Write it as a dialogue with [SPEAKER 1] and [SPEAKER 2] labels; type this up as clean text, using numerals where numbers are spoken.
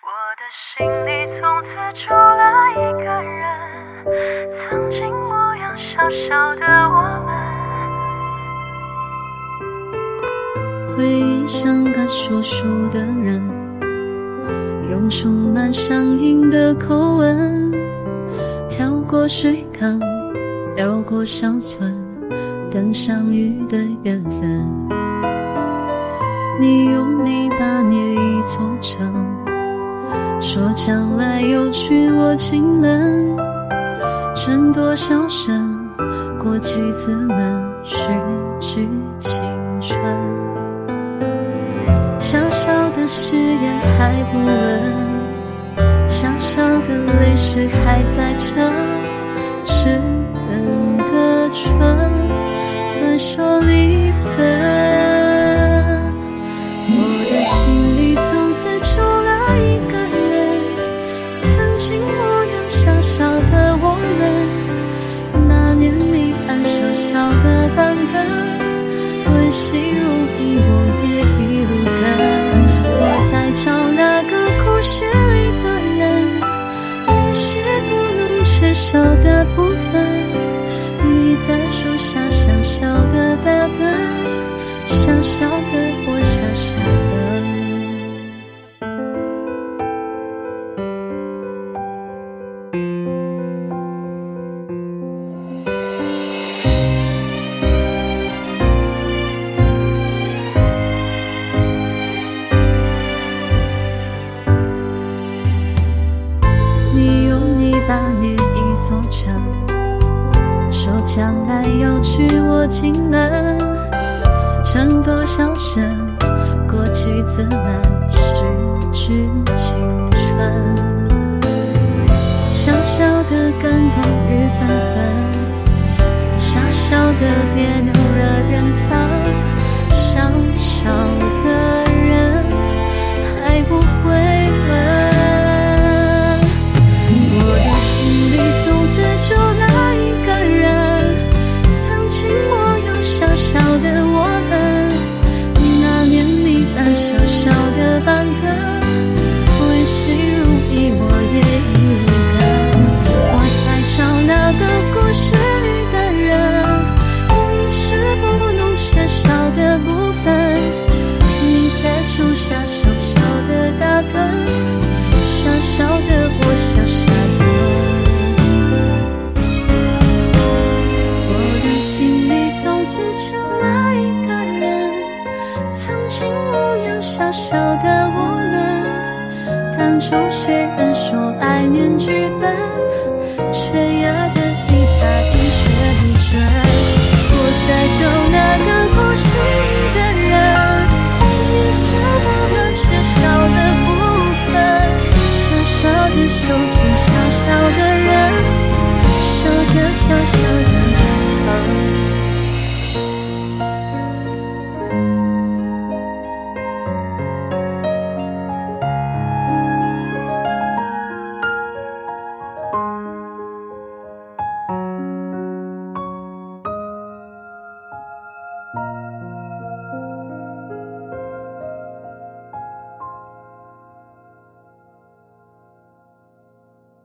[SPEAKER 1] 我的心里从此住了一个人，曾经模样小小的我们。
[SPEAKER 2] 回忆像个说书的人，用充满乡音的口吻，跳过水港，绕过小村，等相遇的缘分。你用泥巴捏一座城，说将来有娶我进门，争多少生，过几子门，续句青春。小小的誓言还不稳，小小的泪水还在撑，稚嫩的唇怎说离分？我的心里从此住了一个人，曾经模样小小的我们。那年你按小小的板凳，温习如一，我也一路跟。我在找那个故事里的人，你是不能缺少的部分。你在树下小小的打盹，小小的我小小的。你用泥巴捏一座城，说将来要娶我进门，争多少生，过几子门，续句青春。小小的感动雨纷纷，小小的别扭惹人疼，小小的人还不会问。我的心里从此住了一个人，曾经模样小小的我们。那年你按小小的板凳，温习如一，我也一路跟。我在找那个故事里的人，你是不能缺少的部分。你在树下小小的打盹，小小的我小小的。我的心里从此住了一个人，曾经模样小小的我们。但中学人说爱念剧本，缺牙的一打一学一准。我在找那个故事里的人，你是不能缺少的部分。小小的手牵小小的人，守着小小的